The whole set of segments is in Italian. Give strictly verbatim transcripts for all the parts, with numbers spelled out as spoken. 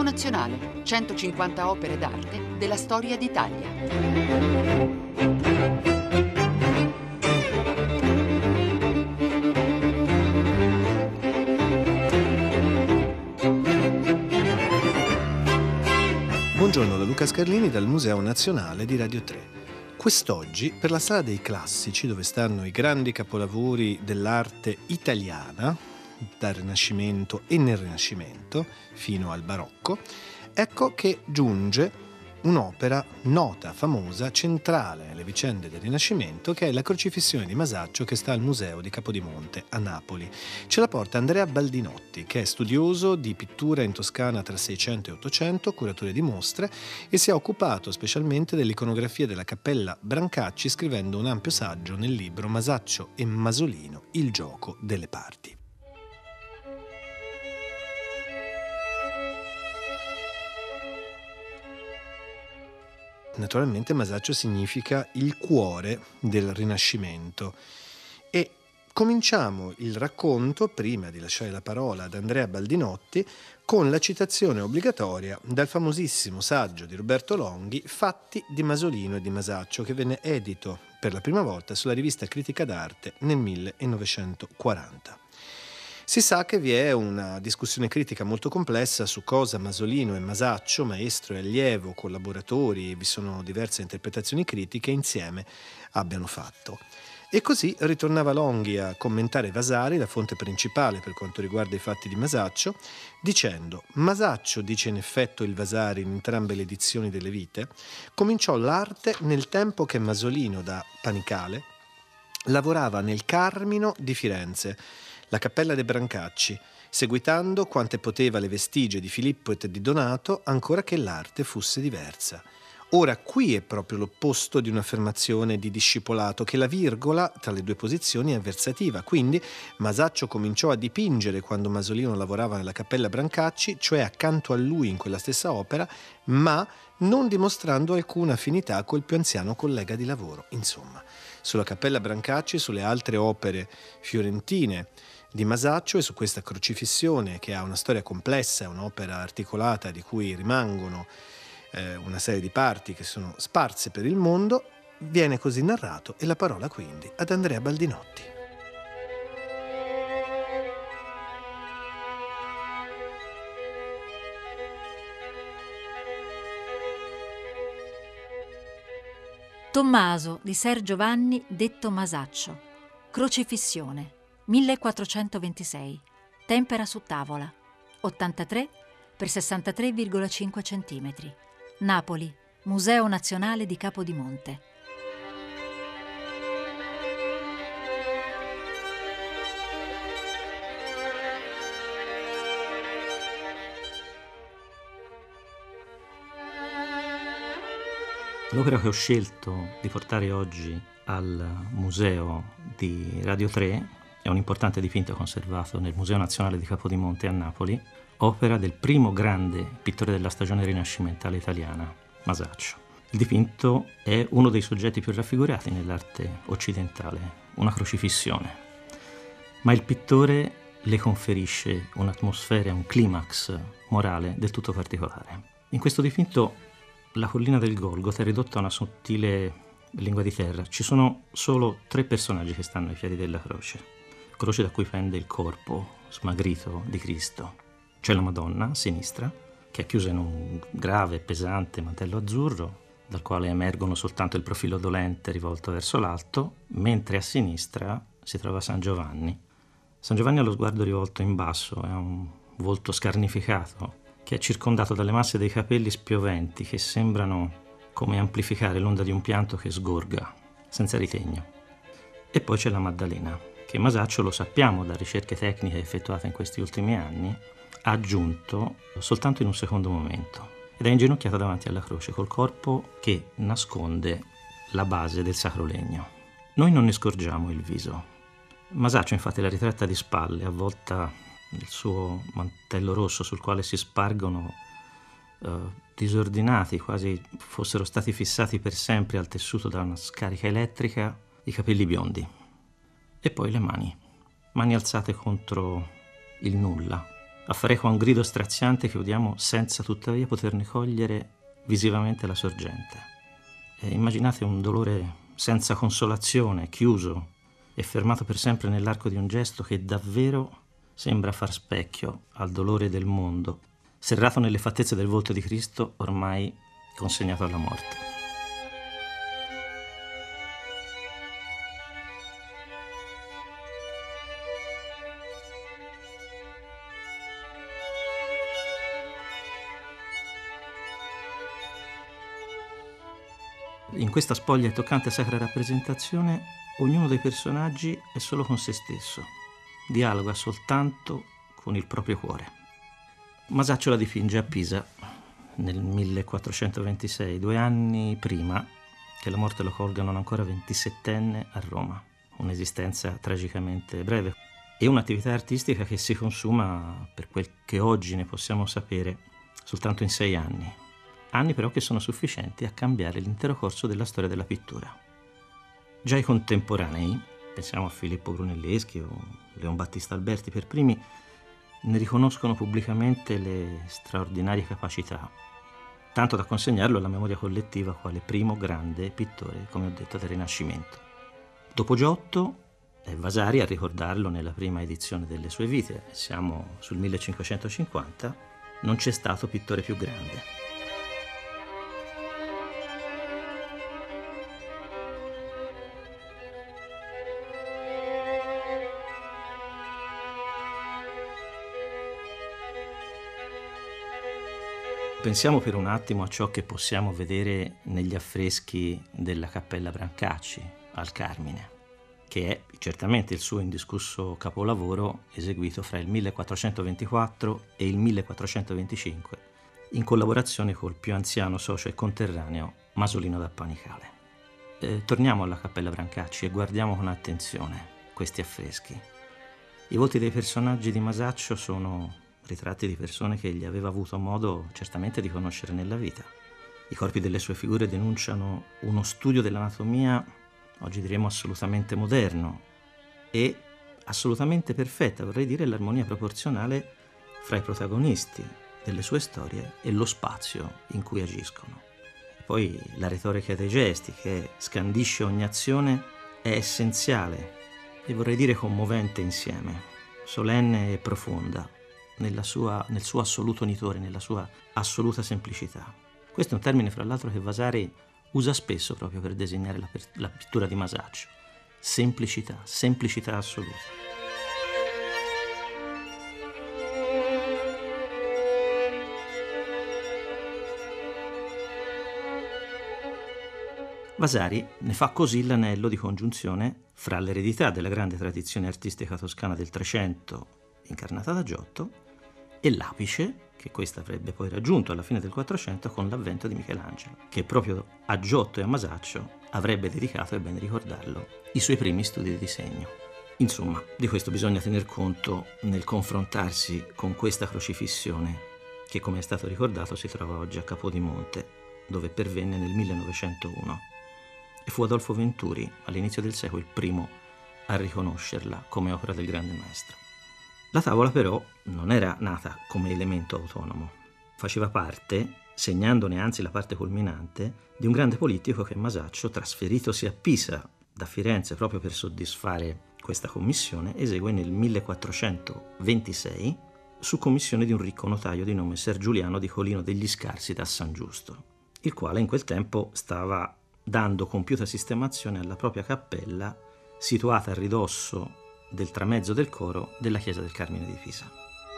Nazionale, centocinquanta opere d'arte della storia d'Italia. Buongiorno da Luca Scarlini dal Museo Nazionale di Radio tre. Quest'oggi, per la Sala dei Classici, dove stanno i grandi capolavori dell'arte italiana, dal Rinascimento e nel Rinascimento fino al Barocco, ecco che giunge un'opera nota, famosa, centrale nelle vicende del Rinascimento, che è la Crocifissione di Masaccio, che sta al Museo di Capodimonte a Napoli. Ce la porta Andrea Baldinotti, che è studioso di pittura in Toscana tra Seicento e Ottocento, curatore di mostre, e si è occupato specialmente dell'iconografia della Cappella Brancacci, scrivendo un ampio saggio nel libro Masaccio e Masolino, il gioco delle parti. Naturalmente Masaccio significa il cuore del Rinascimento e cominciamo il racconto, prima di lasciare la parola ad Andrea Baldinotti, con la citazione obbligatoria dal famosissimo saggio di Roberto Longhi, Fatti di Masolino e di Masaccio, che venne edito per la prima volta sulla rivista Critica d'Arte nel millenovecentoquaranta. Si sa che vi è una discussione critica molto complessa su cosa Masolino e Masaccio, maestro e allievo, collaboratori, vi sono diverse interpretazioni critiche, insieme abbiano fatto. E così ritornava Longhi a commentare Vasari, la fonte principale per quanto riguarda i fatti di Masaccio, dicendo: Masaccio, dice in effetto il Vasari in entrambe le edizioni delle vite, cominciò l'arte nel tempo che Masolino, da Panicale, lavorava nel Carmino di Firenze, la Cappella dei Brancacci, seguitando quante poteva le vestigie di Filippo e di Donato, ancora che l'arte fosse diversa. Ora qui è proprio l'opposto di un'affermazione di discepolato, che la virgola tra le due posizioni è avversativa. Quindi Masaccio cominciò a dipingere quando Masolino lavorava nella Cappella Brancacci, cioè accanto a lui in quella stessa opera, ma non dimostrando alcuna affinità col più anziano collega di lavoro. Insomma, sulla Cappella Brancacci, sulle altre opere fiorentine di Masaccio e su questa Crocifissione, che ha una storia complessa, è un'opera articolata di cui rimangono eh, una serie di parti che sono sparse per il mondo, viene così narrato, e la parola quindi ad Andrea Baldinotti. Tommaso di Ser Giovanni detto Masaccio. Crocifissione millequattrocentoventisei. Tempera su tavola ottantatré per sessantatré virgola cinque centimetri. Napoli, Museo Nazionale di Capodimonte. L'opera che ho scelto di portare oggi al Museo di Radio tre è un importante dipinto conservato nel Museo Nazionale di Capodimonte a Napoli, opera del primo grande pittore della stagione rinascimentale italiana, Masaccio. Il dipinto è uno dei soggetti più raffigurati nell'arte occidentale, una crocifissione, ma il pittore le conferisce un'atmosfera, un climax morale del tutto particolare. In questo dipinto la collina del Golgota è ridotta a una sottile lingua di terra. Ci sono solo tre personaggi che stanno ai piedi della croce, croce da cui pende il corpo smagrito di Cristo. C'è la Madonna a sinistra, che è chiusa in un grave e pesante mantello azzurro, dal quale emergono soltanto il profilo dolente rivolto verso l'alto, mentre a sinistra si trova San Giovanni. San Giovanni ha lo sguardo rivolto in basso, è un volto scarnificato, che è circondato dalle masse dei capelli spioventi che sembrano come amplificare l'onda di un pianto che sgorga, senza ritegno. E poi c'è la Maddalena, che Masaccio, lo sappiamo da ricerche tecniche effettuate in questi ultimi anni, ha aggiunto soltanto in un secondo momento, ed è inginocchiata davanti alla croce, col corpo che nasconde la base del Sacro Legno. Noi non ne scorgiamo il viso. Masaccio infatti la ritratta di spalle, avvolta nel suo mantello rosso sul quale si spargono eh, disordinati, quasi fossero stati fissati per sempre al tessuto da una scarica elettrica, i capelli biondi. E poi le mani, mani alzate contro il nulla, affarequa un grido straziante che udiamo senza tuttavia poterne cogliere visivamente la sorgente. E immaginate un dolore senza consolazione, chiuso e fermato per sempre nell'arco di un gesto che davvero sembra far specchio al dolore del mondo, serrato nelle fattezze del volto di Cristo ormai consegnato alla morte. In questa spoglia e toccante sacra rappresentazione, ognuno dei personaggi è solo con se stesso, dialoga soltanto con il proprio cuore. Masaccio la dipinge a Pisa nel millequattrocentoventisei, due anni prima che la morte lo colga non ancora ventisettenne a Roma, un'esistenza tragicamente breve e un'attività artistica che si consuma, per quel che oggi ne possiamo sapere, soltanto in sei anni. Anni però che sono sufficienti a cambiare l'intero corso della storia della pittura. Già i contemporanei, pensiamo a Filippo Brunelleschi o Leon Battista Alberti per primi, ne riconoscono pubblicamente le straordinarie capacità, tanto da consegnarlo alla memoria collettiva quale primo grande pittore, come ho detto, del Rinascimento. Dopo Giotto è Vasari a ricordarlo nella prima edizione delle sue vite, siamo sul millecinquecentocinquanta, non c'è stato pittore più grande. Pensiamo per un attimo a ciò che possiamo vedere negli affreschi della Cappella Brancacci al Carmine, che è certamente il suo indiscusso capolavoro eseguito fra il millequattrocentoventiquattro e il millequattrocentoventicinque, in collaborazione col più anziano socio e conterraneo Masolino da Panicale. Eh, torniamo alla Cappella Brancacci e guardiamo con attenzione questi affreschi. I volti dei personaggi di Masaccio sono ritratti di persone che egli aveva avuto modo certamente di conoscere nella vita. I corpi delle sue figure denunciano uno studio dell'anatomia, oggi diremo assolutamente moderno, e assolutamente perfetta, vorrei dire l'armonia proporzionale fra i protagonisti delle sue storie e lo spazio in cui agiscono. E poi la retorica dei gesti che scandisce ogni azione è essenziale e vorrei dire commovente insieme, solenne e profonda, Nella sua, nel suo assoluto nitore, nella sua assoluta semplicità. Questo è un termine, fra l'altro, che Vasari usa spesso proprio per designare la, la pittura di Masaccio. Semplicità, semplicità assoluta. Vasari ne fa così l'anello di congiunzione fra l'eredità della grande tradizione artistica toscana del Trecento, incarnata da Giotto, e l'apice che questa avrebbe poi raggiunto alla fine del Quattrocento con l'avvento di Michelangelo, che proprio a Giotto e a Masaccio avrebbe dedicato, è bene ricordarlo, i suoi primi studi di disegno. Insomma, di questo bisogna tener conto nel confrontarsi con questa crocifissione che, come è stato ricordato, si trova oggi a Capodimonte, dove pervenne nel millenovecentouno. E fu Adolfo Venturi, all'inizio del secolo, il primo a riconoscerla come opera del grande maestro. La tavola però non era nata come elemento autonomo, faceva parte, segnandone anzi la parte culminante, di un grande politico che Masaccio, trasferitosi a Pisa da Firenze proprio per soddisfare questa commissione, esegue nel millequattrocentoventisei su commissione di un ricco notaio di nome Ser Giuliano di Colino degli Scarsi da San Giusto, il quale in quel tempo stava dando compiuta sistemazione alla propria cappella situata a ridosso del tramezzo del coro della chiesa del Carmine di Pisa.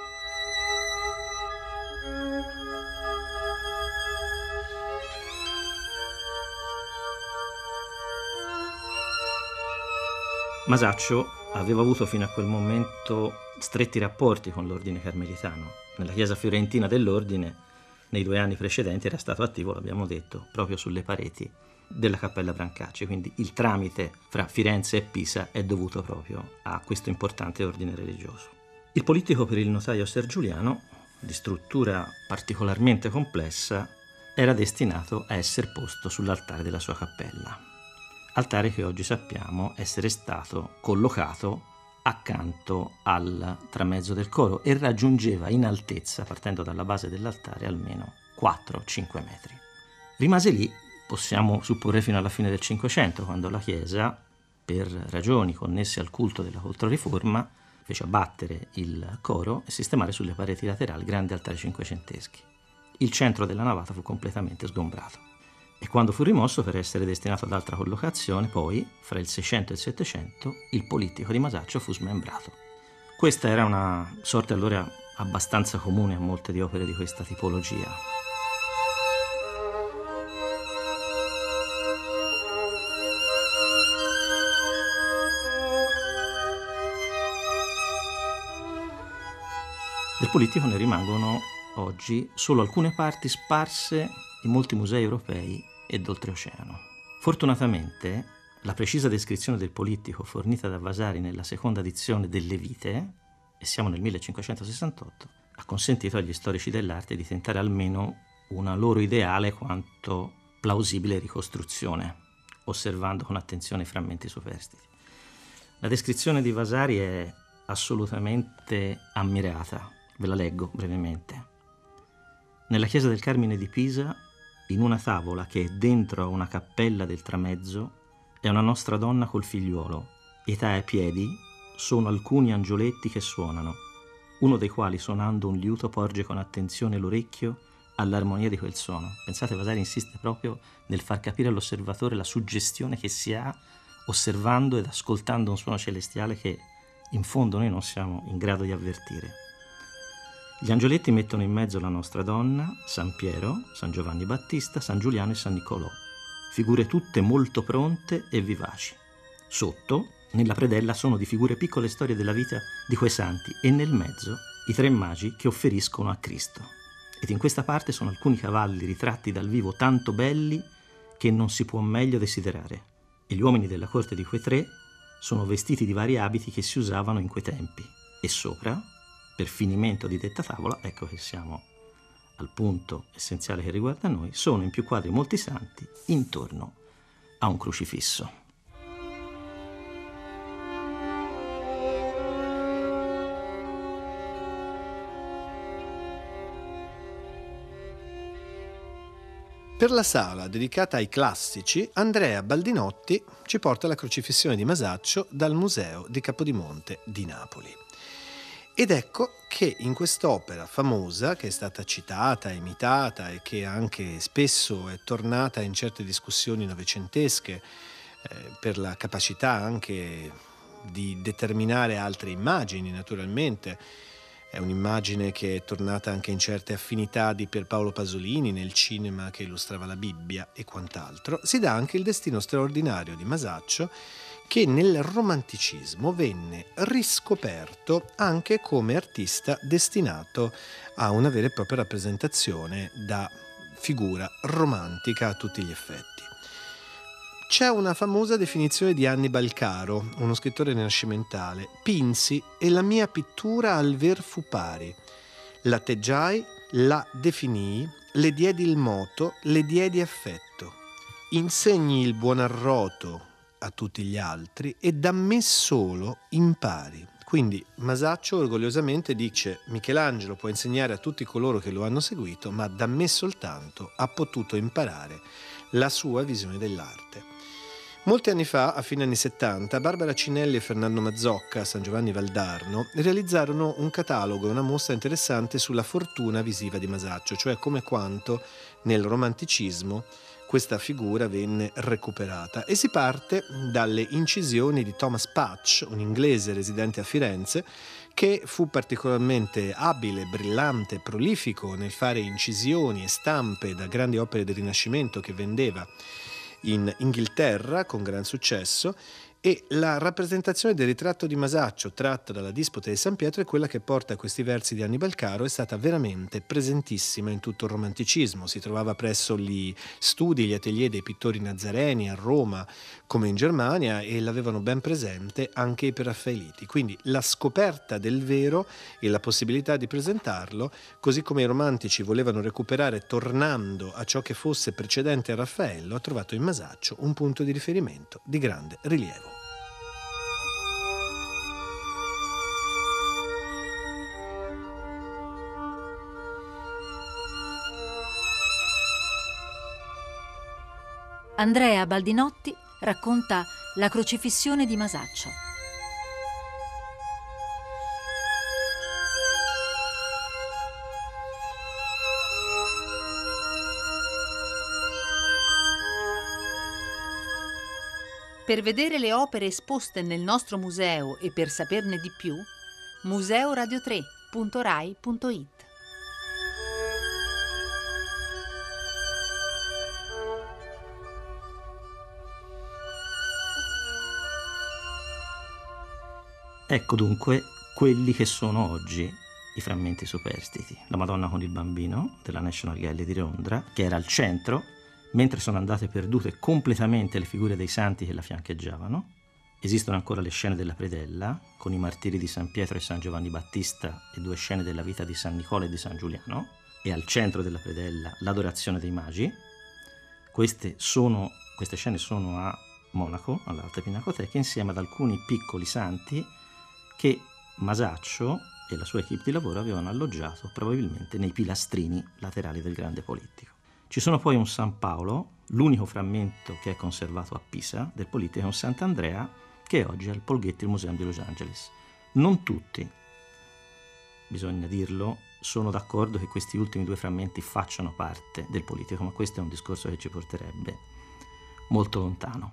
Masaccio aveva avuto fino a quel momento stretti rapporti con l'ordine carmelitano. Nella chiesa fiorentina dell'ordine, nei due anni precedenti, era stato attivo, l'abbiamo detto, proprio sulle pareti della Cappella Brancacci, quindi il tramite fra Firenze e Pisa è dovuto proprio a questo importante ordine religioso. Il politico per il notaio Ser Giuliano, di struttura particolarmente complessa, era destinato a essere posto sull'altare della sua cappella, altare che oggi sappiamo essere stato collocato accanto al tramezzo del coro e raggiungeva in altezza, partendo dalla base dell'altare, almeno quattro cinque metri. Rimase lì, possiamo supporre, fino alla fine del Cinquecento, quando la Chiesa, per ragioni connesse al culto della Controriforma, fece abbattere il coro e sistemare sulle pareti laterali grandi altari cinquecenteschi. Il centro della navata fu completamente sgombrato e quando fu rimosso per essere destinato ad altra collocazione, poi, fra il Seicento e il Settecento, il polittico di Masaccio fu smembrato. Questa era una sorte allora abbastanza comune a molte di opere di questa tipologia. Del polittico ne rimangono oggi solo alcune parti sparse in molti musei europei e d'oltreoceano. Fortunatamente, la precisa descrizione del polittico fornita da Vasari nella seconda edizione delle Vite, e siamo nel millecinquecentosessantotto, ha consentito agli storici dell'arte di tentare almeno una loro ideale quanto plausibile ricostruzione, osservando con attenzione i frammenti superstiti. La descrizione di Vasari è assolutamente ammirata. Ve la leggo brevemente. Nella chiesa del Carmine di Pisa, in una tavola che è dentro a una cappella del tramezzo, è una nostra donna col figliuolo, e ai piedi sono alcuni angioletti che suonano, uno dei quali, suonando un liuto, porge con attenzione l'orecchio all'armonia di quel suono. Pensate, Vasari insiste proprio nel far capire all'osservatore la suggestione che si ha osservando ed ascoltando un suono celestiale che in fondo noi non siamo in grado di avvertire. Gli angioletti mettono in mezzo la nostra donna, San Piero, San Giovanni Battista, San Giuliano e San Niccolò, figure tutte molto pronte e vivaci. Sotto, nella predella, sono di figure piccole storie della vita di quei santi e nel mezzo i tre magi che offeriscono a Cristo. Ed in questa parte sono alcuni cavalli ritratti dal vivo tanto belli che non si può meglio desiderare, e gli uomini della corte di quei tre sono vestiti di vari abiti che si usavano in quei tempi, e sopra, per finimento di detta tavola, ecco che siamo al punto essenziale che riguarda noi, sono in più quadri molti santi intorno a un crocifisso. Per la sala dedicata ai classici, Andrea Baldinotti ci porta la crocifissione di Masaccio dal Museo di Capodimonte di Napoli. Ed ecco che in quest'opera famosa, che è stata citata, imitata e che anche spesso è tornata in certe discussioni novecentesche eh, per la capacità anche di determinare altre immagini, naturalmente, è un'immagine che è tornata anche in certe affinità di Pierpaolo Pasolini nel cinema che illustrava la Bibbia e quant'altro, si dà anche il destino straordinario di Masaccio, che nel romanticismo venne riscoperto anche come artista destinato a una vera e propria rappresentazione da figura romantica a tutti gli effetti. C'è una famosa definizione di Annibal Caro, uno scrittore rinascimentale: pinsi e la mia pittura al ver fu pari, l'atteggiai, la definii, le diedi il moto, le diedi affetto, insegni il buon arroto a tutti gli altri e da me solo impari. Quindi Masaccio orgogliosamente dice: Michelangelo può insegnare a tutti coloro che lo hanno seguito, ma da me soltanto ha potuto imparare la sua visione dell'arte. Molti anni fa, a fine anni settanta, Barbara Cinelli e Fernando Mazzocca a San Giovanni Valdarno realizzarono un catalogo, una mostra interessante sulla fortuna visiva di Masaccio, cioè come quanto nel romanticismo questa figura venne recuperata, e si parte dalle incisioni di Thomas Patch, un inglese residente a Firenze, che fu particolarmente abile, brillante, prolifico nel fare incisioni e stampe da grandi opere del Rinascimento che vendeva in Inghilterra con gran successo, e la rappresentazione del ritratto di Masaccio tratta dalla Disputa di San Pietro è quella che porta a questi versi di Annibal Caro. È stata veramente presentissima in tutto il romanticismo, si trovava presso gli studi, gli atelier dei pittori nazareni a Roma come in Germania, e l'avevano ben presente anche i preraffaeliti. Quindi la scoperta del vero e la possibilità di presentarlo, così come i romantici volevano recuperare tornando a ciò che fosse precedente a Raffaello, ha trovato in Masaccio un punto di riferimento di grande rilievo. Andrea Baldinotti racconta La crocifissione di Masaccio. Per vedere le opere esposte nel nostro museo e per saperne di più, museo radio tre punto rai punto it. Ecco dunque quelli che sono oggi i frammenti superstiti. La Madonna con il Bambino della National Gallery di Londra, che era al centro, mentre sono andate perdute completamente le figure dei santi che la fiancheggiavano. Esistono ancora le scene della predella, con i martiri di San Pietro e San Giovanni Battista e due scene della vita di San Nicola e di San Giuliano, e al centro della predella l'adorazione dei magi. Queste, sono, queste scene sono a Monaco, all'Alta Pinacoteca, insieme ad alcuni piccoli santi che Masaccio e la sua equipe di lavoro avevano alloggiato probabilmente nei pilastrini laterali del grande polittico. Ci sono poi un San Paolo, l'unico frammento che è conservato a Pisa del polittico, è un Sant'Andrea che oggi è al Paul Getty Museum di Los Angeles. Non tutti, bisogna dirlo, sono d'accordo che questi ultimi due frammenti facciano parte del polittico, ma questo è un discorso che ci porterebbe molto lontano.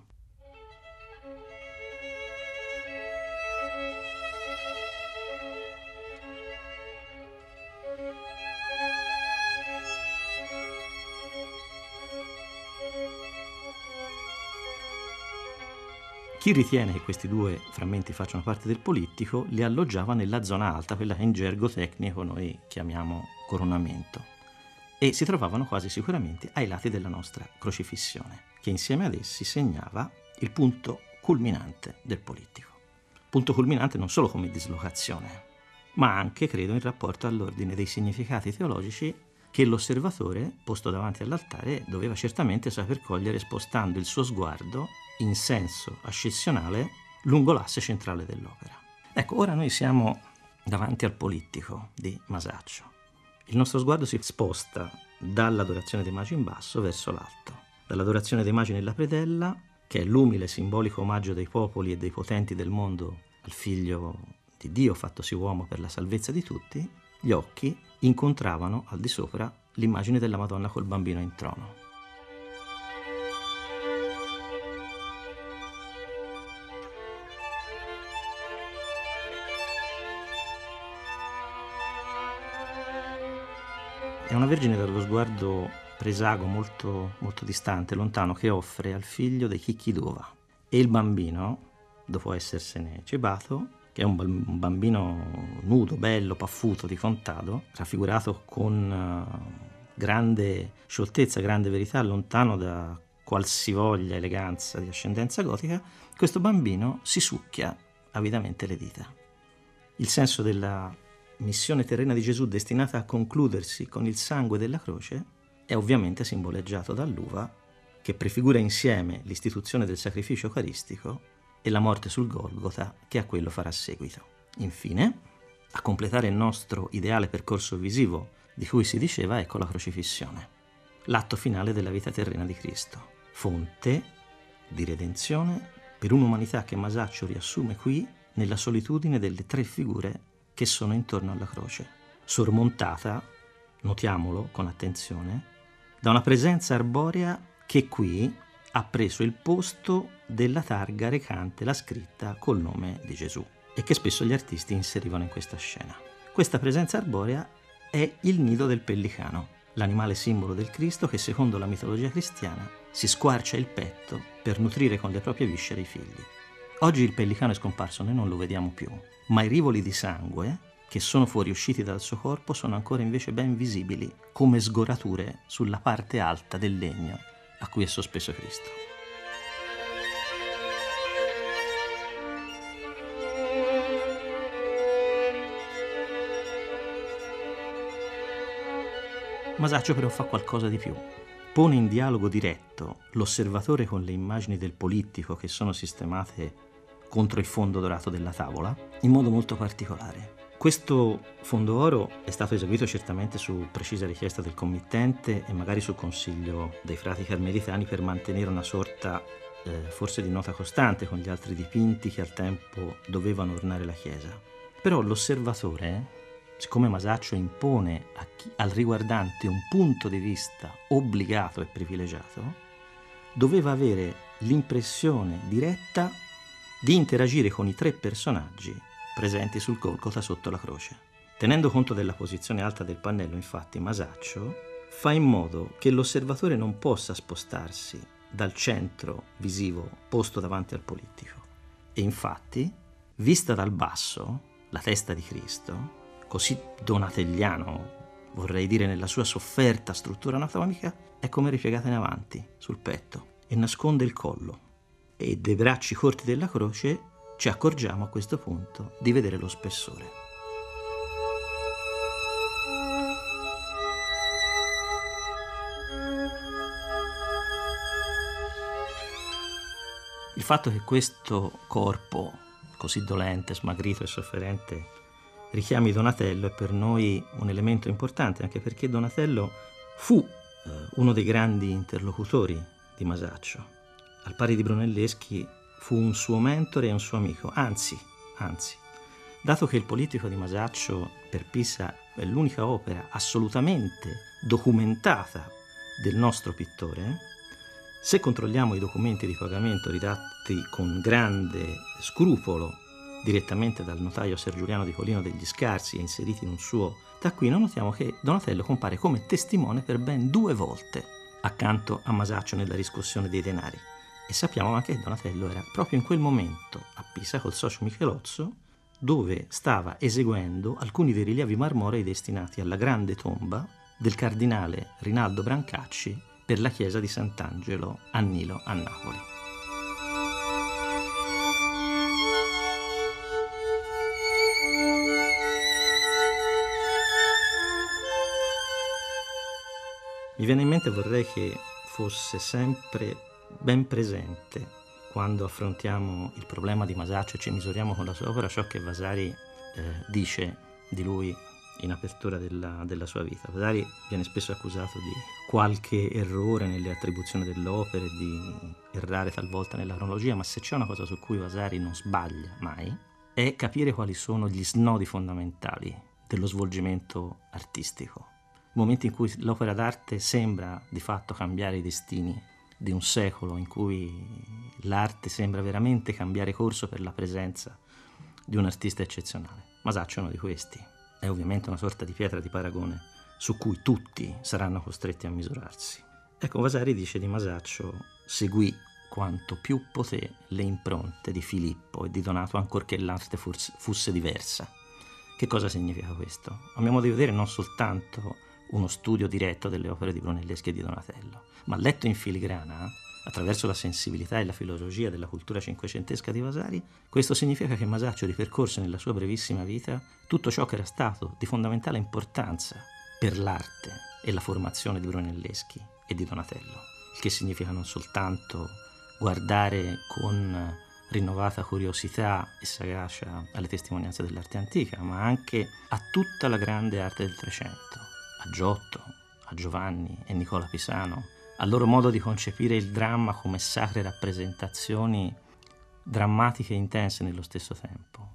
Chi ritiene che questi due frammenti facciano parte del polittico li alloggiava nella zona alta, quella che in gergo tecnico noi chiamiamo coronamento, e si trovavano quasi sicuramente ai lati della nostra crocifissione, che insieme ad essi segnava il punto culminante del polittico. Punto culminante non solo come dislocazione, ma anche, credo, in rapporto all'ordine dei significati teologici che l'osservatore, posto davanti all'altare, doveva certamente saper cogliere spostando il suo sguardo in senso ascensionale lungo l'asse centrale dell'opera. Ecco, ora noi siamo davanti al polittico di Masaccio. Il nostro sguardo si sposta dall'adorazione dei magi in basso verso l'alto, dall'adorazione dei magi nella predella, che è l'umile simbolico omaggio dei popoli e dei potenti del mondo al figlio di Dio fattosi uomo per la salvezza di tutti. Gli occhi incontravano al di sopra l'immagine della Madonna col bambino in trono. È una Vergine dallo sguardo presago molto, molto distante, lontano, che offre al figlio dei chicchi d'uva. E il bambino, dopo essersene cebato, che è un bambino nudo, bello, paffuto, di contado, raffigurato con uh, grande scioltezza, grande verità, lontano da qualsivoglia eleganza di ascendenza gotica, questo bambino si succhia avidamente le dita. Il senso della missione terrena di Gesù, destinata a concludersi con il sangue della croce, è ovviamente simboleggiato dall'uva, che prefigura insieme l'istituzione del sacrificio eucaristico e la morte sul Golgota, che a quello farà seguito. Infine, a completare il nostro ideale percorso visivo di cui si diceva, ecco la crocifissione, l'atto finale della vita terrena di Cristo, fonte di redenzione per un'umanità che Masaccio riassume qui nella solitudine delle tre figure che sono intorno alla croce, sormontata, notiamolo con attenzione, da una presenza arborea che qui ha preso il posto della targa recante la scritta col nome di Gesù e che spesso gli artisti inserivano in questa scena. Questa presenza arborea è il nido del pellicano, l'animale simbolo del Cristo che, secondo la mitologia cristiana, si squarcia il petto per nutrire con le proprie viscere i figli. Oggi il pellicano è scomparso, noi non lo vediamo più, ma i rivoli di sangue che sono fuoriusciti dal suo corpo sono ancora invece ben visibili come sgorature sulla parte alta del legno a cui è sospeso Cristo. Masaccio però fa qualcosa di più. Pone in dialogo diretto l'osservatore con le immagini del polittico che sono sistemate contro il fondo dorato della tavola in modo molto particolare. Questo fondo oro è stato eseguito certamente su precisa richiesta del committente e magari su consiglio dei frati carmelitani per mantenere una sorta eh, forse di nota costante con gli altri dipinti che al tempo dovevano ornare la chiesa. Però l'osservatore, siccome Masaccio impone a chi, al riguardante un punto di vista obbligato e privilegiato, doveva avere l'impressione diretta di interagire con i tre personaggi presenti sul Golgota sotto la croce. Tenendo conto della posizione alta del pannello, infatti, Masaccio fa in modo che l'osservatore non possa spostarsi dal centro visivo posto davanti al polittico. E infatti, vista dal basso, la testa di Cristo, così donatelliano, vorrei dire nella sua sofferta struttura anatomica, è come ripiegata in avanti, sul petto, e nasconde il collo. E dei bracci corti della croce ci accorgiamo a questo punto di vedere lo spessore. Il fatto che questo corpo così dolente, smagrito e sofferente richiami Donatello è per noi un elemento importante, anche perché Donatello fu eh, uno dei grandi interlocutori di Masaccio. Al pari di Brunelleschi fu un suo mentore e un suo amico, anzi, anzi, dato che il Politico di Masaccio per Pisa è l'unica opera assolutamente documentata del nostro pittore, se controlliamo i documenti di pagamento ridatti con grande scrupolo direttamente dal notaio Ser Giuliano di Colino degli Scarsi e inseriti in un suo taccuino, notiamo che Donatello compare come testimone per ben due volte accanto a Masaccio nella riscossione dei denari. E sappiamo anche che Donatello era proprio in quel momento a Pisa col socio Michelozzo, dove stava eseguendo alcuni dei rilievi marmorei destinati alla grande tomba del cardinale Rinaldo Brancacci per la chiesa di Sant'Angelo a Nilo a Napoli. Mi viene in mente, vorrei che fosse sempre ben presente quando affrontiamo il problema di Masaccio e ci misuriamo con la sua opera ciò che Vasari eh, dice di lui in apertura della, della sua vita. Vasari viene spesso accusato di qualche errore nelle attribuzioni dell'opera, di errare talvolta nella cronologia, ma se c'è una cosa su cui Vasari non sbaglia mai è capire quali sono gli snodi fondamentali dello svolgimento artistico. Momenti in cui l'opera d'arte sembra di fatto cambiare i destini di un secolo, in cui l'arte sembra veramente cambiare corso per la presenza di un artista eccezionale. Masaccio è uno di questi. È ovviamente una sorta di pietra di paragone su cui tutti saranno costretti a misurarsi. Ecco, Vasari dice di Masaccio: seguì quanto più poté le impronte di Filippo e di Donato, ancorché l'arte fosse diversa. Che cosa significa questo? A mio modo di vedere non soltanto uno studio diretto delle opere di Brunelleschi e di Donatello, ma letto in filigrana, attraverso la sensibilità e la filologia della cultura cinquecentesca di Vasari, questo significa che Masaccio ripercorse nella sua brevissima vita tutto ciò che era stato di fondamentale importanza per l'arte e la formazione di Brunelleschi e di Donatello, il che significa non soltanto guardare con rinnovata curiosità e sagacia alle testimonianze dell'arte antica, ma anche a tutta la grande arte del Trecento, a Giotto, a Giovanni e Nicola Pisano, al loro modo di concepire il dramma come sacre rappresentazioni drammatiche e intense nello stesso tempo.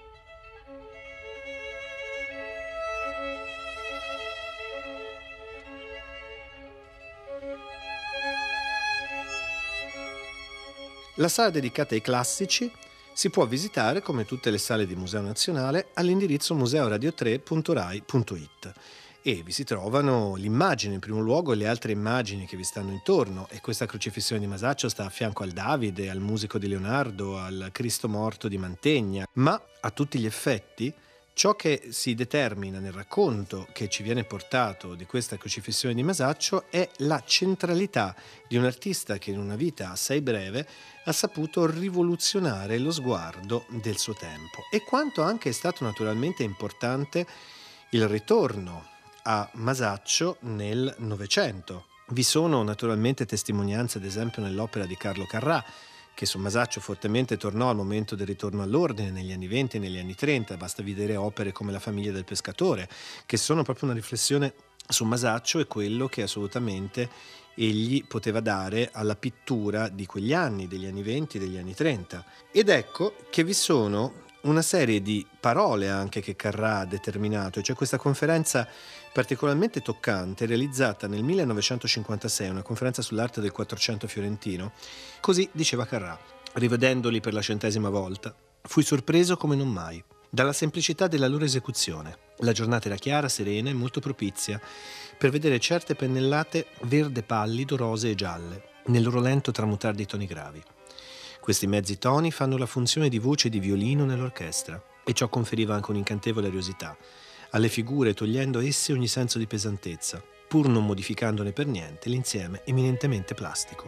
La sala dedicata ai classici si può visitare, come tutte le sale di Museo Nazionale, all'indirizzo museo radio tre punto rai punto it. E vi si trovano l'immagine in primo luogo e le altre immagini che vi stanno intorno, e questa crocifissione di Masaccio sta a fianco al Davide, al musico di Leonardo, al Cristo morto di Mantegna, ma a tutti gli effetti ciò che si determina nel racconto che ci viene portato di questa crocifissione di Masaccio è la centralità di un artista che in una vita assai breve ha saputo rivoluzionare lo sguardo del suo tempo, e quanto anche è stato naturalmente importante il ritorno a Masaccio nel Novecento. Vi sono naturalmente testimonianze, ad esempio nell'opera di Carlo Carrà, che insomma Masaccio fortemente tornò al momento del ritorno all'ordine negli anni venti e negli anni trenta, basta vedere opere come La famiglia del pescatore, che sono proprio una riflessione su Masaccio e quello che assolutamente egli poteva dare alla pittura di quegli anni, degli anni venti e degli anni trenta. Ed ecco che vi sono una serie di parole anche che Carrà ha determinato, cioè questa conferenza particolarmente toccante realizzata nel millenovecentocinquantasei, una conferenza sull'arte del Quattrocento fiorentino. Così diceva Carrà, rivedendoli per la centesima volta: fui sorpreso come non mai dalla semplicità della loro esecuzione. La giornata era chiara, serena e molto propizia per vedere certe pennellate verde pallido, rose e gialle, nel loro lento tramutar di toni gravi. Questi mezzi toni fanno la funzione di voce e di violino nell'orchestra, e ciò conferiva anche un'incantevole ariosità alle figure, togliendo esse ogni senso di pesantezza, pur non modificandone per niente l'insieme eminentemente plastico.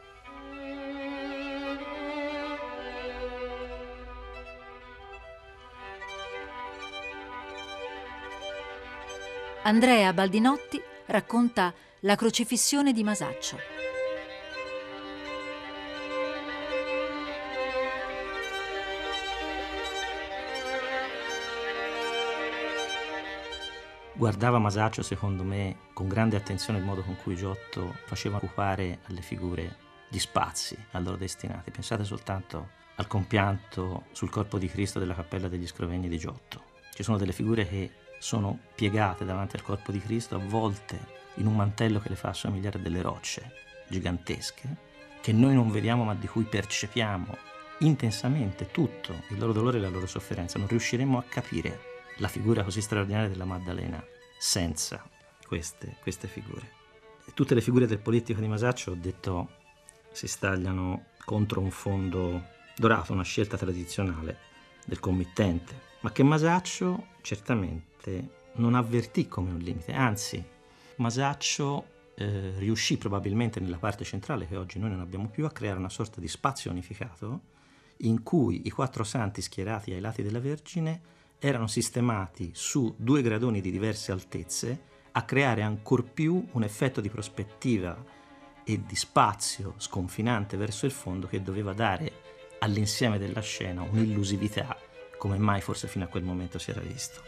Andrea Baldinotti racconta La crocifissione di Masaccio. Guardava Masaccio, secondo me, con grande attenzione il modo con cui Giotto faceva occupare alle figure gli spazi a loro destinati. Pensate soltanto al compianto sul corpo di Cristo della Cappella degli Scrovegni di Giotto. Ci sono delle figure che sono piegate davanti al corpo di Cristo, avvolte in un mantello che le fa assomigliare a delle rocce gigantesche, che noi non vediamo ma di cui percepiamo intensamente tutto il loro dolore e la loro sofferenza. Non riusciremmo a capire la figura così straordinaria della Maddalena senza queste, queste figure. E tutte le figure del politico di Masaccio, ho detto, si stagliano contro un fondo dorato, una scelta tradizionale del committente, ma che Masaccio certamente non avvertì come un limite. Anzi, Masaccio eh, riuscì probabilmente nella parte centrale, che oggi noi non abbiamo più, a creare una sorta di spazio unificato in cui i quattro santi schierati ai lati della Vergine erano sistemati su due gradoni di diverse altezze, a creare ancor più un effetto di prospettiva e di spazio sconfinante verso il fondo, che doveva dare all'insieme della scena un'illusività come mai forse fino a quel momento si era visto.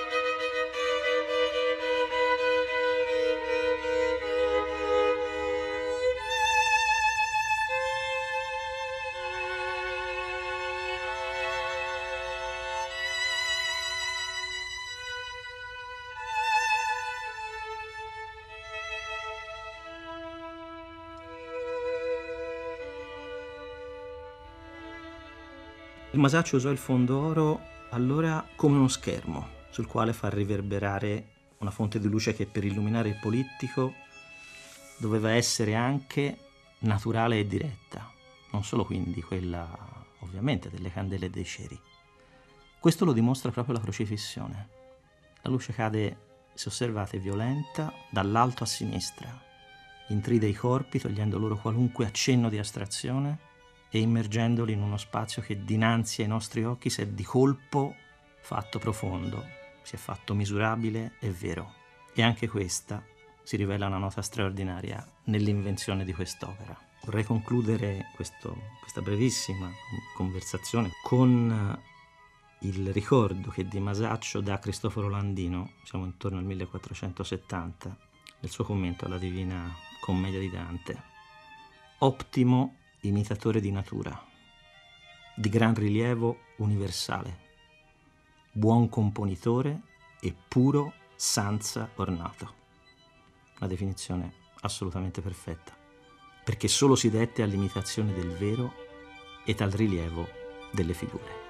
Il Masaccio usò il fondo oro allora come uno schermo sul quale far riverberare una fonte di luce che per illuminare il polittico doveva essere anche naturale e diretta, non solo quindi quella ovviamente delle candele e dei ceri. Questo lo dimostra proprio la crocifissione. La luce cade, se osservate, violenta dall'alto a sinistra, intride i corpi togliendo loro qualunque accenno di astrazione e immergendoli in uno spazio che dinanzi ai nostri occhi si è di colpo fatto profondo, si è fatto misurabile e vero. E anche questa si rivela una nota straordinaria nell'invenzione di quest'opera. Vorrei concludere questo, questa brevissima conversazione con il ricordo che di Masaccio dà Cristoforo Landino, siamo intorno al millequattrocentosettanta, nel suo commento alla Divina Commedia di Dante. Ottimo imitatore di natura, di gran rilievo universale, buon componitore e puro sanza ornato. Una definizione assolutamente perfetta, perché solo si dette all'imitazione del vero e al rilievo delle figure.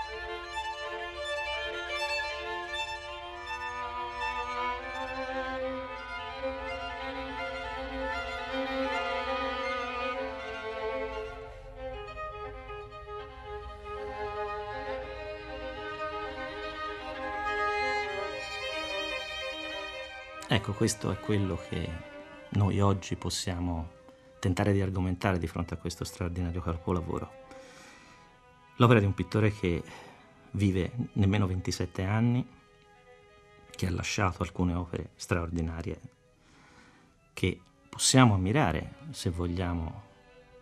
Ecco, questo è quello che noi oggi possiamo tentare di argomentare di fronte a questo straordinario capolavoro. L'opera di un pittore che vive nemmeno ventisette anni, che ha lasciato alcune opere straordinarie che possiamo ammirare, se vogliamo,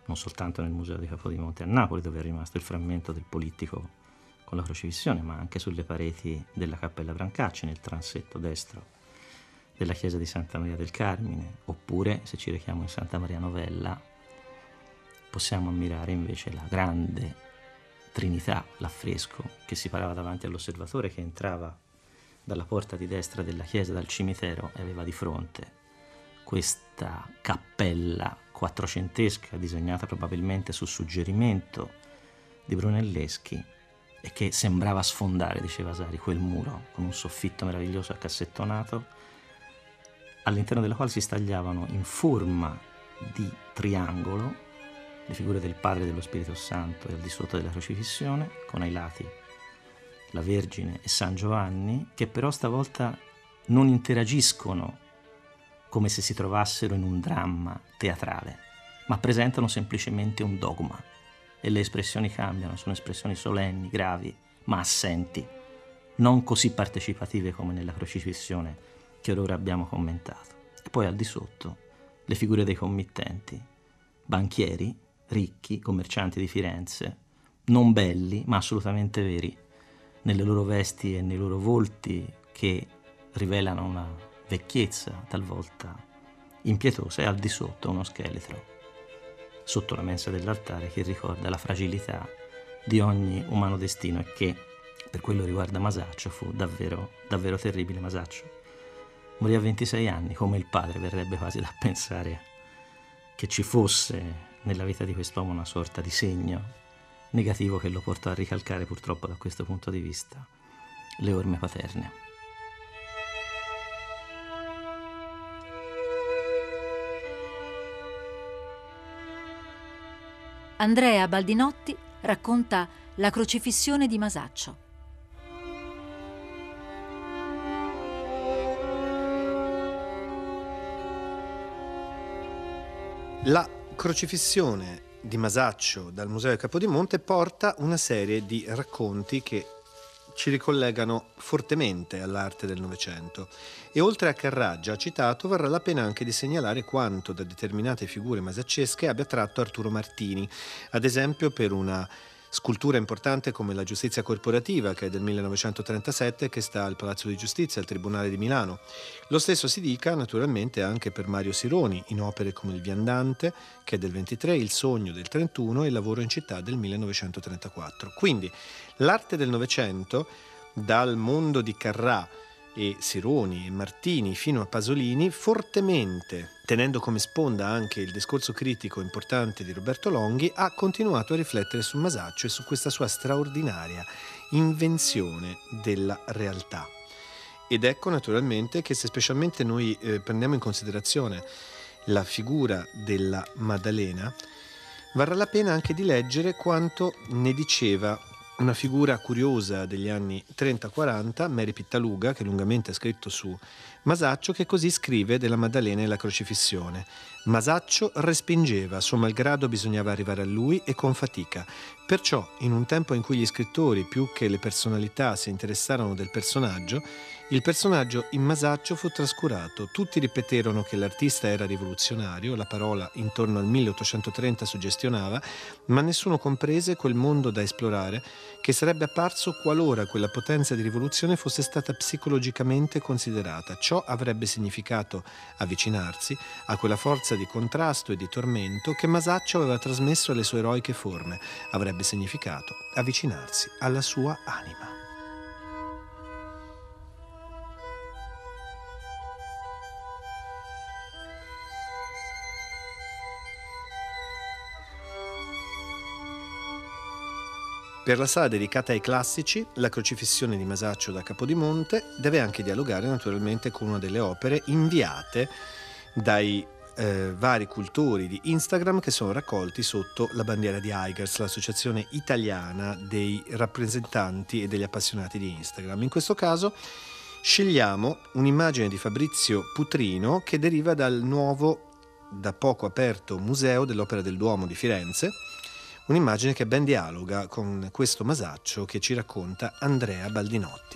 non soltanto nel Museo di Capodimonte a Napoli, dove è rimasto il frammento del Polittico con la crocifissione, ma anche sulle pareti della Cappella Brancacci, nel transetto destro della chiesa di Santa Maria del Carmine, oppure, se ci rechiamo in Santa Maria Novella, possiamo ammirare invece la grande Trinità, l'affresco che si parava davanti all'osservatore che entrava dalla porta di destra della chiesa, dal cimitero, e aveva di fronte questa cappella quattrocentesca disegnata probabilmente su suggerimento di Brunelleschi e che sembrava sfondare, diceva Vasari, quel muro con un soffitto meraviglioso a cassettonato, all'interno della quale si stagliavano in forma di triangolo le figure del Padre e dello Spirito Santo e al di sotto della crocifissione, con ai lati la Vergine e San Giovanni, che però stavolta non interagiscono come se si trovassero in un dramma teatrale, ma presentano semplicemente un dogma, e le espressioni cambiano, sono espressioni solenni, gravi, ma assenti, non così partecipative come nella crocifissione che ora abbiamo commentato. E poi al di sotto le figure dei committenti, banchieri, ricchi, commercianti di Firenze, non belli, ma assolutamente veri, nelle loro vesti e nei loro volti che rivelano una vecchiezza talvolta impietosa, e al di sotto uno scheletro sotto la mensa dell'altare che ricorda la fragilità di ogni umano destino, e che per quello riguarda Masaccio fu davvero, davvero terribile. Masaccio morì a ventisei anni, come il padre, verrebbe quasi da pensare che ci fosse nella vita di quest'uomo una sorta di segno negativo che lo portò a ricalcare, purtroppo da questo punto di vista, le orme paterne. Andrea Baldinotti racconta la crocifissione di Masaccio. La crocifissione di Masaccio dal Museo di Capodimonte porta una serie di racconti che ci ricollegano fortemente all'arte del Novecento, e oltre a Carrà già citato, varrà la pena anche di segnalare quanto da determinate figure masaccesche abbia tratto Arturo Martini, ad esempio per una scultura importante come la Giustizia Corporativa, che è del millenovecentotrentasette, che sta al Palazzo di Giustizia, al Tribunale di Milano. Lo stesso si dica naturalmente anche per Mario Sironi, in opere come Il Viandante, che è del ventitré, Il Sogno del trentuno e Il Lavoro in città del millenovecentotrentaquattro. Quindi l'arte del Novecento, dal mondo di Carrà e Sironi e Martini fino a Pasolini, fortemente, tenendo come sponda anche il discorso critico importante di Roberto Longhi, ha continuato a riflettere su Masaccio e su questa sua straordinaria invenzione della realtà. Ed ecco naturalmente che, se specialmente noi eh, prendiamo in considerazione la figura della Maddalena, varrà la pena anche di leggere quanto ne diceva una figura curiosa degli anni trenta quaranta, Mary Pittaluga, che lungamente ha scritto su Masaccio, che così scrive della Maddalena e la crocifissione. Masaccio respingeva, suo malgrado bisognava arrivare a lui e con fatica. Perciò, in un tempo in cui gli scrittori più che le personalità si interessarono del personaggio, il personaggio in Masaccio fu trascurato. Tutti ripeterono che l'artista era rivoluzionario, la parola intorno al milleottocentotrenta suggestionava, ma nessuno comprese quel mondo da esplorare che sarebbe apparso qualora quella potenza di rivoluzione fosse stata psicologicamente considerata. Ciò avrebbe significato avvicinarsi a quella forza di contrasto e di tormento che Masaccio aveva trasmesso alle sue eroiche forme. Avrebbe significato avvicinarsi alla sua anima. Per la sala dedicata ai classici, la crocifissione di Masaccio da Capodimonte deve anche dialogare naturalmente con una delle opere inviate dai eh, vari cultori di Instagram che sono raccolti sotto la bandiera di Aigars, l'associazione italiana dei rappresentanti e degli appassionati di Instagram. In questo caso scegliamo un'immagine di Fabrizio Putrino che deriva dal nuovo, da poco aperto Museo dell'Opera del Duomo di Firenze, un'immagine che ben dialoga con questo Masaccio che ci racconta Andrea Baldinotti.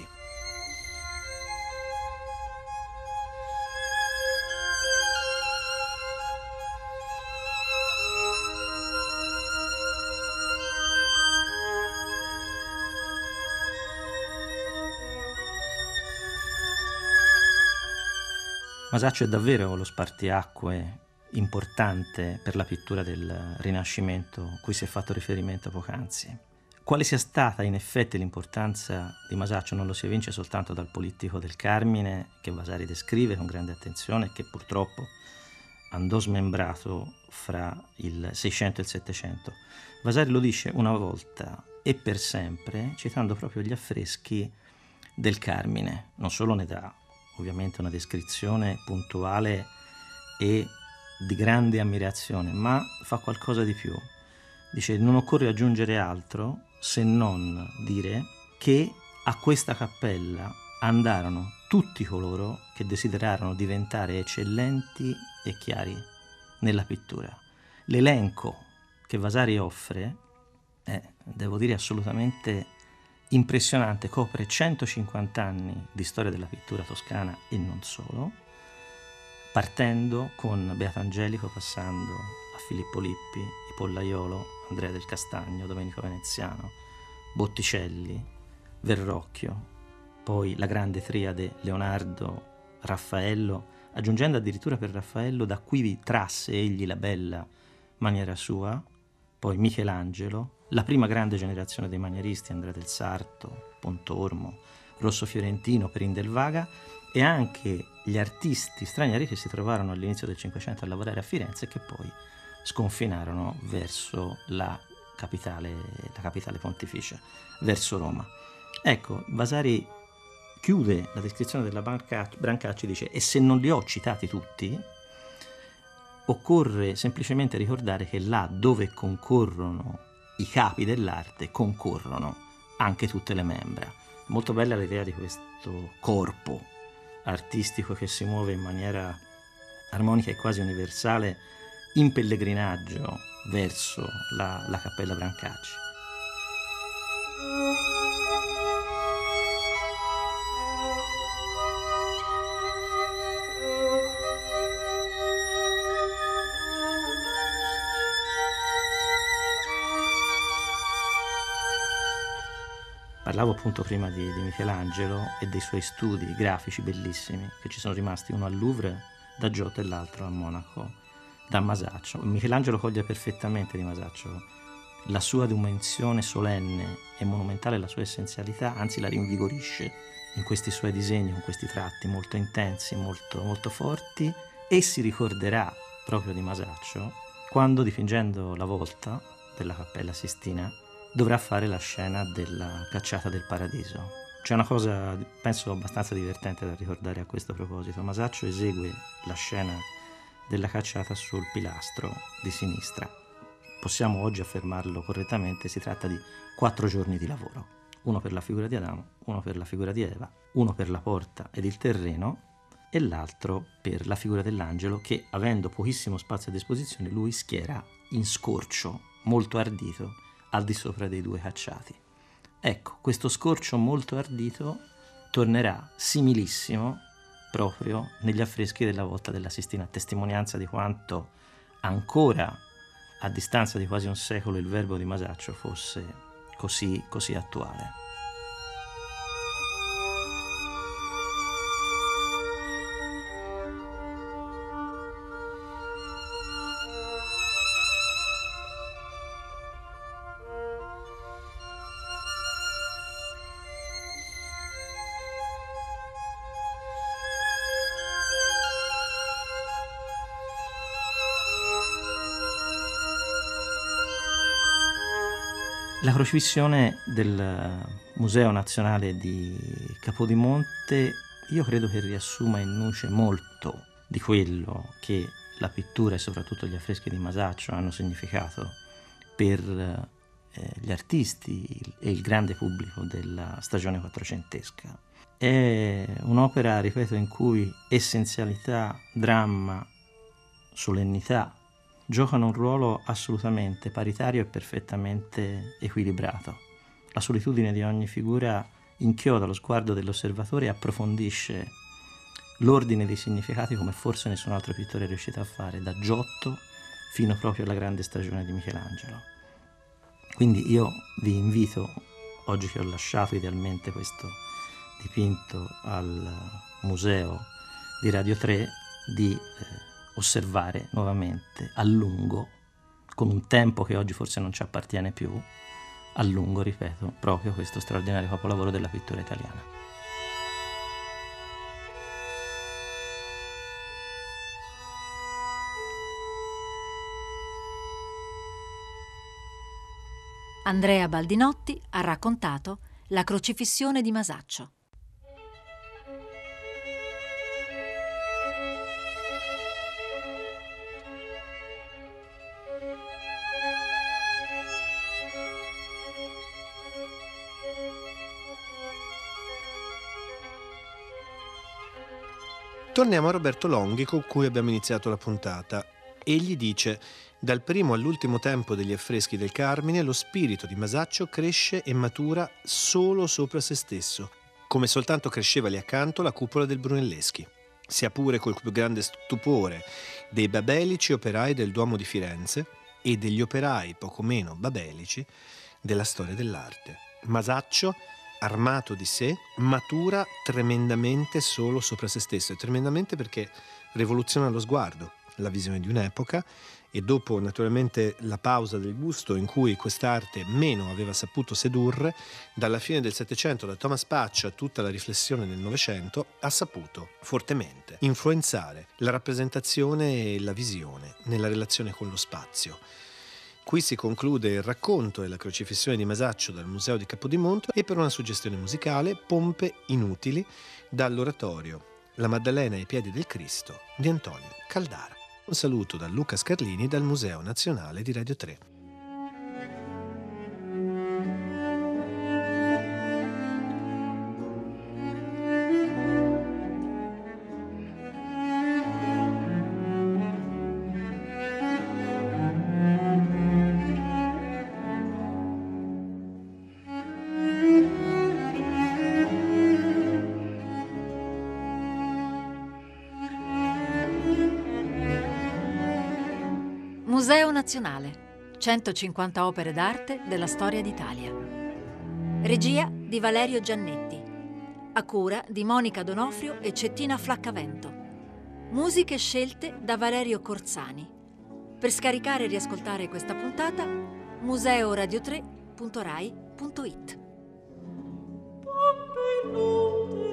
Masaccio è davvero lo spartiacque importante per la pittura del Rinascimento cui si è fatto riferimento poc'anzi. Quale sia stata in effetti l'importanza di Masaccio non lo si evince soltanto dal Polittico del Carmine, che Vasari descrive con grande attenzione e che purtroppo andò smembrato fra il Seicento e il Settecento. Vasari lo dice una volta e per sempre, citando proprio gli affreschi del Carmine. Non solo ne dà ovviamente una descrizione puntuale e di grande ammirazione, ma fa qualcosa di più. Dice: non occorre aggiungere altro se non dire che a questa cappella andarono tutti coloro che desiderarono diventare eccellenti e chiari nella pittura. L'elenco che Vasari offre è, devo dire, assolutamente impressionante, copre centocinquanta anni di storia della pittura toscana e non solo, partendo con Beatangelico, passando a Filippo Lippi, I Pollaiolo, Andrea del Castagno, Domenico Veneziano, Botticelli, Verrocchio, poi la grande triade Leonardo, Raffaello, aggiungendo addirittura per Raffaello da cui trasse egli la bella maniera sua, poi Michelangelo, la prima grande generazione dei manieristi, Andrea del Sarto, Pontormo, Rosso Fiorentino, Perin del Vaga, e anche gli artisti stranieri che si trovarono all'inizio del Cinquecento a lavorare a Firenze e che poi sconfinarono verso la capitale, la capitale pontificia, verso Roma. Ecco, Vasari chiude la descrizione della Brancacci, dice: e se non li ho citati tutti, occorre semplicemente ricordare che là dove concorrono i capi dell'arte, concorrono anche tutte le membra. Molto bella l'idea di questo corpo artistico che si muove in maniera armonica e quasi universale in pellegrinaggio verso la, la Cappella Brancacci. Parlavo appunto prima di, di Michelangelo e dei suoi studi grafici bellissimi che ci sono rimasti, uno al Louvre da Giotto e l'altro a Monaco da Masaccio. Michelangelo coglie perfettamente di Masaccio la sua dimensione solenne e monumentale, la sua essenzialità, anzi la rinvigorisce in questi suoi disegni, con questi tratti molto intensi, molto, molto forti, e si ricorderà proprio di Masaccio quando, dipingendo la volta della Cappella Sistina, dovrà fare la scena della cacciata del paradiso. C'è una cosa, penso, abbastanza divertente da ricordare a questo proposito. Masaccio esegue la scena della cacciata sul pilastro di sinistra. Possiamo oggi affermarlo correttamente, si tratta di quattro giorni di lavoro. Uno per la figura di Adamo, uno per la figura di Eva, uno per la porta ed il terreno e l'altro per la figura dell'angelo che, avendo pochissimo spazio a disposizione, lui schiera in scorcio, molto ardito, al di sopra dei due cacciati. Ecco, questo scorcio molto ardito tornerà similissimo proprio negli affreschi della volta della Sistina, a testimonianza di quanto ancora a distanza di quasi un secolo il verbo di Masaccio fosse così, così attuale. La crocifissione del Museo Nazionale di Capodimonte io credo che riassuma in nuce molto di quello che la pittura e soprattutto gli affreschi di Masaccio hanno significato per eh, gli artisti e il grande pubblico della stagione quattrocentesca. È un'opera, ripeto, in cui essenzialità, dramma, solennità giocano un ruolo assolutamente paritario e perfettamente equilibrato. La solitudine di ogni figura inchioda lo sguardo dell'osservatore e approfondisce l'ordine dei significati come forse nessun altro pittore è riuscito a fare, da Giotto fino proprio alla grande stagione di Michelangelo. Quindi io vi invito, oggi che ho lasciato idealmente questo dipinto al museo di Radio tre, di eh, osservare nuovamente a lungo, con un tempo che oggi forse non ci appartiene più, a lungo, ripeto, proprio questo straordinario capolavoro della pittura italiana. Andrea Baldinotti ha raccontato La crocifissione di Masaccio. Torniamo a Roberto Longhi, con cui abbiamo iniziato la puntata. Egli dice: dal primo all'ultimo tempo degli affreschi del Carmine lo spirito di Masaccio cresce e matura solo sopra se stesso, come soltanto cresceva lì accanto la cupola del Brunelleschi, sia pure col più grande stupore dei babelici operai del Duomo di Firenze e degli operai poco meno babelici della storia dell'arte. Masaccio, armato di sé, matura tremendamente solo sopra se stesso, e tremendamente perché rivoluziona lo sguardo, la visione di un'epoca, e dopo naturalmente la pausa del gusto in cui quest'arte meno aveva saputo sedurre, dalla fine del Settecento, da Thomas Patch a tutta la riflessione del Novecento, ha saputo fortemente influenzare la rappresentazione e la visione nella relazione con lo spazio. Qui si conclude il racconto della crocifissione di Masaccio dal Museo di Capodimonte, e per una suggestione musicale, Pompe inutili dall'oratorio La Maddalena ai piedi del Cristo di Antonio Caldara. Un saluto da Luca Scarlini dal Museo Nazionale di Radio tre. Museo Nazionale, centocinquanta opere d'arte della storia d'Italia. Regia di Valerio Giannetti, a cura di Monica Donofrio e Cettina Flaccavento. Musiche scelte da Valerio Corzani. Per scaricare e riascoltare questa puntata, museo radio tre punto rai punto it.